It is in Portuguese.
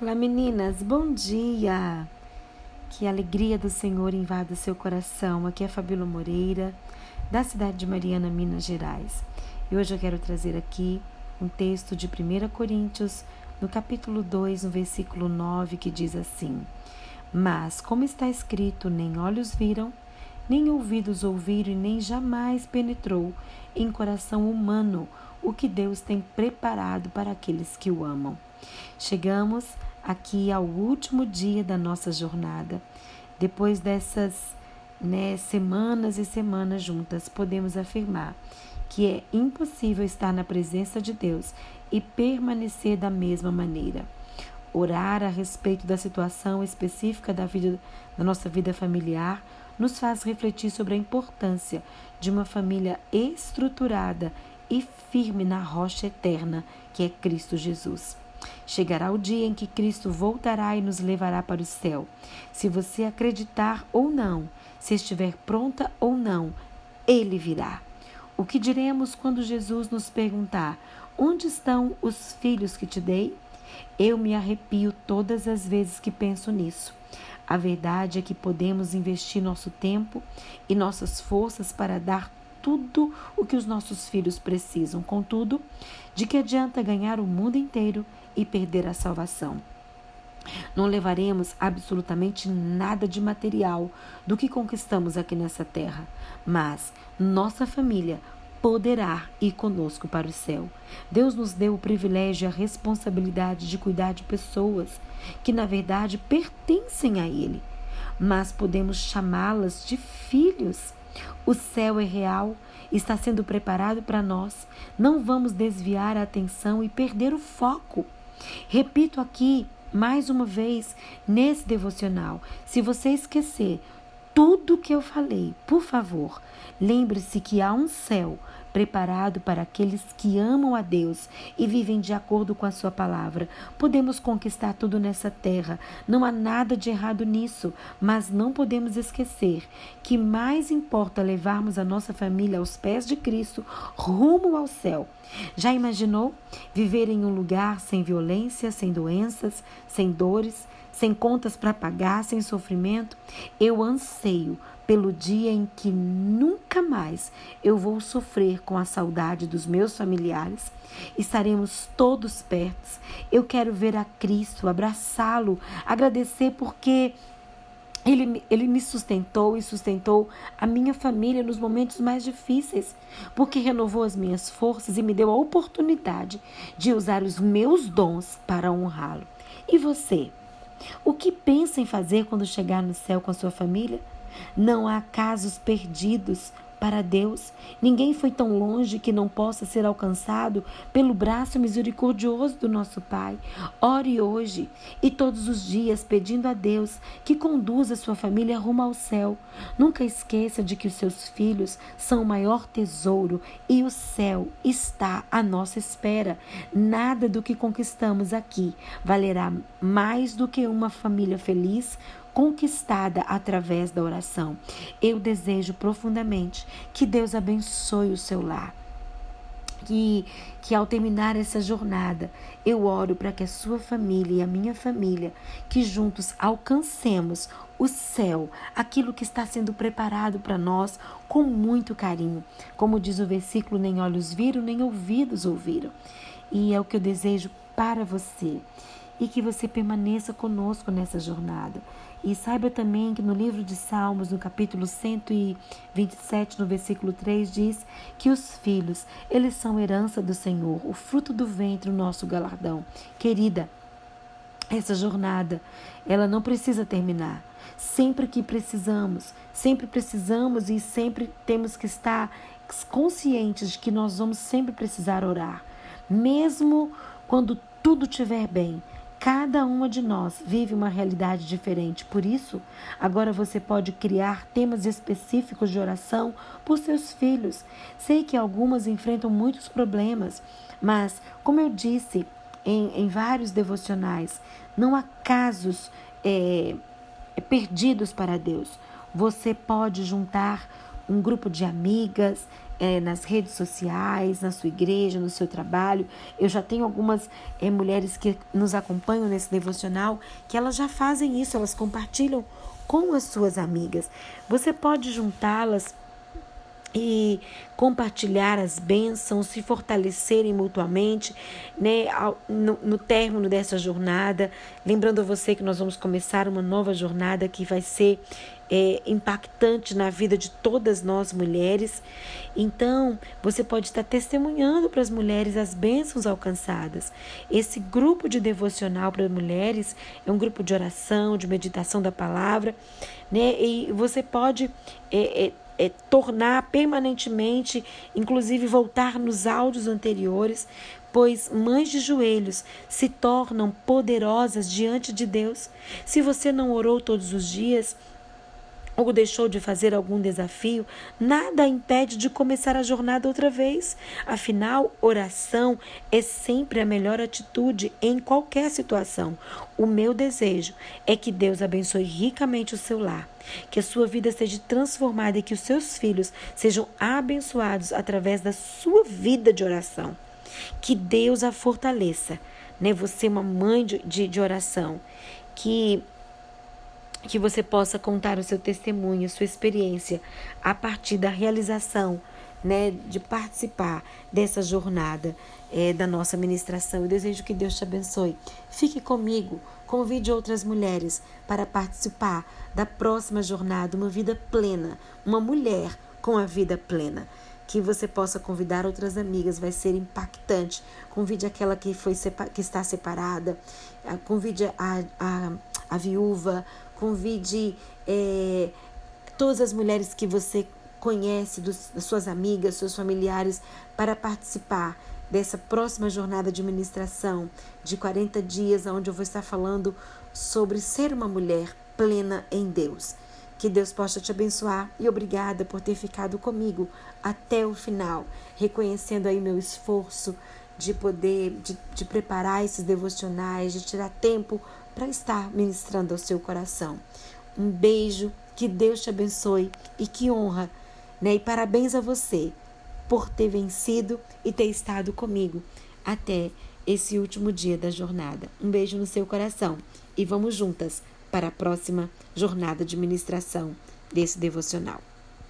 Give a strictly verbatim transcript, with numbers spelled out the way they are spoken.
Olá meninas, bom dia! Que a alegria do Senhor invada o seu coração. Aqui é a Fabíola Moreira, da cidade de Mariana, Minas Gerais. E hoje eu quero trazer aqui um texto de primeira Coríntios, no capítulo dois, no versículo nove, que diz assim: Mas, como está escrito, nem olhos viram, nem ouvidos ouviram e nem jamais penetrou em coração humano o que Deus tem preparado para aqueles que o amam. Chegamos aqui ao último dia da nossa jornada. Depois dessas né, semanas e semanas juntas, podemos afirmar que é impossível estar na presença de Deus e permanecer da mesma maneira. Orar a respeito da situação específica da, vida, da nossa vida familiar nos faz refletir sobre a importância de uma família estruturada e firme na rocha eterna, que é Cristo Jesus. Chegará o dia em que Cristo voltará e nos levará para o céu. Se você acreditar ou não, se estiver pronta ou não, Ele virá. O que diremos quando Jesus nos perguntar: onde estão os filhos que te dei? Eu me arrepio todas as vezes que penso nisso. A verdade é que podemos investir nosso tempo e nossas forças para dar tudo o que os nossos filhos precisam. Contudo, de que adianta ganhar o mundo inteiro e perder a salvação? Não levaremos absolutamente nada de material do que conquistamos aqui nessa terra, mas nossa família poderá ir conosco para o céu. Deus nos deu o privilégio e a responsabilidade de cuidar de pessoas que, na verdade, pertencem a Ele, mas podemos chamá-las de filhos. O céu é real, está sendo preparado para nós. Não vamos desviar a atenção e perder o foco. Repito aqui, mais uma vez, nesse devocional, se você esquecer tudo que eu falei, por favor, lembre-se que há um céu preparado para aqueles que amam a Deus e vivem de acordo com a sua palavra. Podemos conquistar tudo nessa terra, não há nada de errado nisso, mas não podemos esquecer que mais importa levarmos a nossa família aos pés de Cristo, rumo ao céu. Já imaginou viver em um lugar sem violência, sem doenças, sem dores, sem contas para pagar, sem sofrimento? Eu anseio pelo dia em que nunca mais eu vou sofrer com a saudade dos meus familiares. Estaremos todos perto. Eu quero ver a Cristo, abraçá-lo, agradecer porque Ele, ele me sustentou e sustentou a minha família nos momentos mais difíceis, porque renovou as minhas forças e me deu a oportunidade de usar os meus dons para honrá-lo. E você? O que pensa em fazer quando chegar no céu com a sua família? Não há casos perdidos para Deus. Ninguém foi tão longe que não possa ser alcançado pelo braço misericordioso do nosso Pai. Ore hoje e todos os dias pedindo a Deus que conduza sua família rumo ao céu. Nunca esqueça de que os seus filhos são o maior tesouro e o céu está à nossa espera. Nada do que conquistamos aqui valerá mais do que uma família feliz, conquistada através da oração. Eu desejo profundamente que Deus abençoe o seu lar. Que, que ao terminar essa jornada, eu oro para que a sua família e a minha família, que juntos alcancemos o céu, aquilo que está sendo preparado para nós com muito carinho. Como diz o versículo, nem olhos viram, nem ouvidos ouviram. E é o que eu desejo para você. E que você permaneça conosco nessa jornada. E saiba também que no livro de Salmos, no capítulo cento e vinte e sete, no versículo três, diz que os filhos, eles são herança do Senhor, o fruto do ventre, o nosso galardão. Querida, essa jornada, ela não precisa terminar. Sempre que precisamos, sempre precisamos e sempre temos que estar conscientes de que nós vamos sempre precisar orar. Mesmo quando tudo estiver bem, cada uma de nós vive uma realidade diferente. Por isso, agora você pode criar temas específicos de oração por seus filhos. Sei que algumas enfrentam muitos problemas, mas, como eu disse em, em vários devocionais, não há casos é, perdidos para Deus. Você pode juntar um grupo de amigas, é, nas redes sociais, na sua igreja, no seu trabalho. Eu já tenho algumas é, mulheres que nos acompanham nesse devocional que elas já fazem isso, elas compartilham com as suas amigas. Você pode juntá-las e compartilhar as bênçãos, se fortalecerem mutuamente, né, no, no término dessa jornada. Lembrando a você que nós vamos começar uma nova jornada que vai ser é, impactante na vida de todas nós mulheres. Então, você pode estar testemunhando para as mulheres as bênçãos alcançadas. Esse grupo de devocional para mulheres é um grupo de oração, de meditação da palavra, né, e você pode é, é, É, tornar permanentemente, inclusive voltar nos áudios anteriores, pois mães de joelhos se tornam poderosas diante de Deus. Se você não orou todos os dias ou deixou de fazer algum desafio, nada impede de começar a jornada outra vez. Afinal, oração é sempre a melhor atitude em qualquer situação. O meu desejo é que Deus abençoe ricamente o seu lar, que a sua vida seja transformada e que os seus filhos sejam abençoados através da sua vida de oração. Que Deus a fortaleça, né? Você é uma mãe de, de, de oração, que que você possa contar o seu testemunho, a sua experiência, a partir da realização, né, de participar dessa jornada é, da nossa ministração. Eu desejo que Deus te abençoe. Fique comigo, convide outras mulheres para participar da próxima jornada, uma vida plena, uma mulher com a vida plena. Que você possa convidar outras amigas, vai ser impactante. Convide aquela que, foi, que está separada, convide a, a, a viúva, convide é, todas as mulheres que você conhece, dos, das suas amigas, seus familiares, para participar dessa próxima jornada de ministração de quarenta dias, onde eu vou estar falando sobre ser uma mulher plena em Deus. Que Deus possa te abençoar e obrigada por ter ficado comigo até o final, reconhecendo aí meu esforço de poder, de, de preparar esses devocionais, de tirar tempo para estar ministrando ao seu coração. Um beijo, que Deus te abençoe e que honra, né? E parabéns a você por ter vencido e ter estado comigo até esse último dia da jornada. Um beijo no seu coração e vamos juntas para a próxima jornada de ministração desse devocional.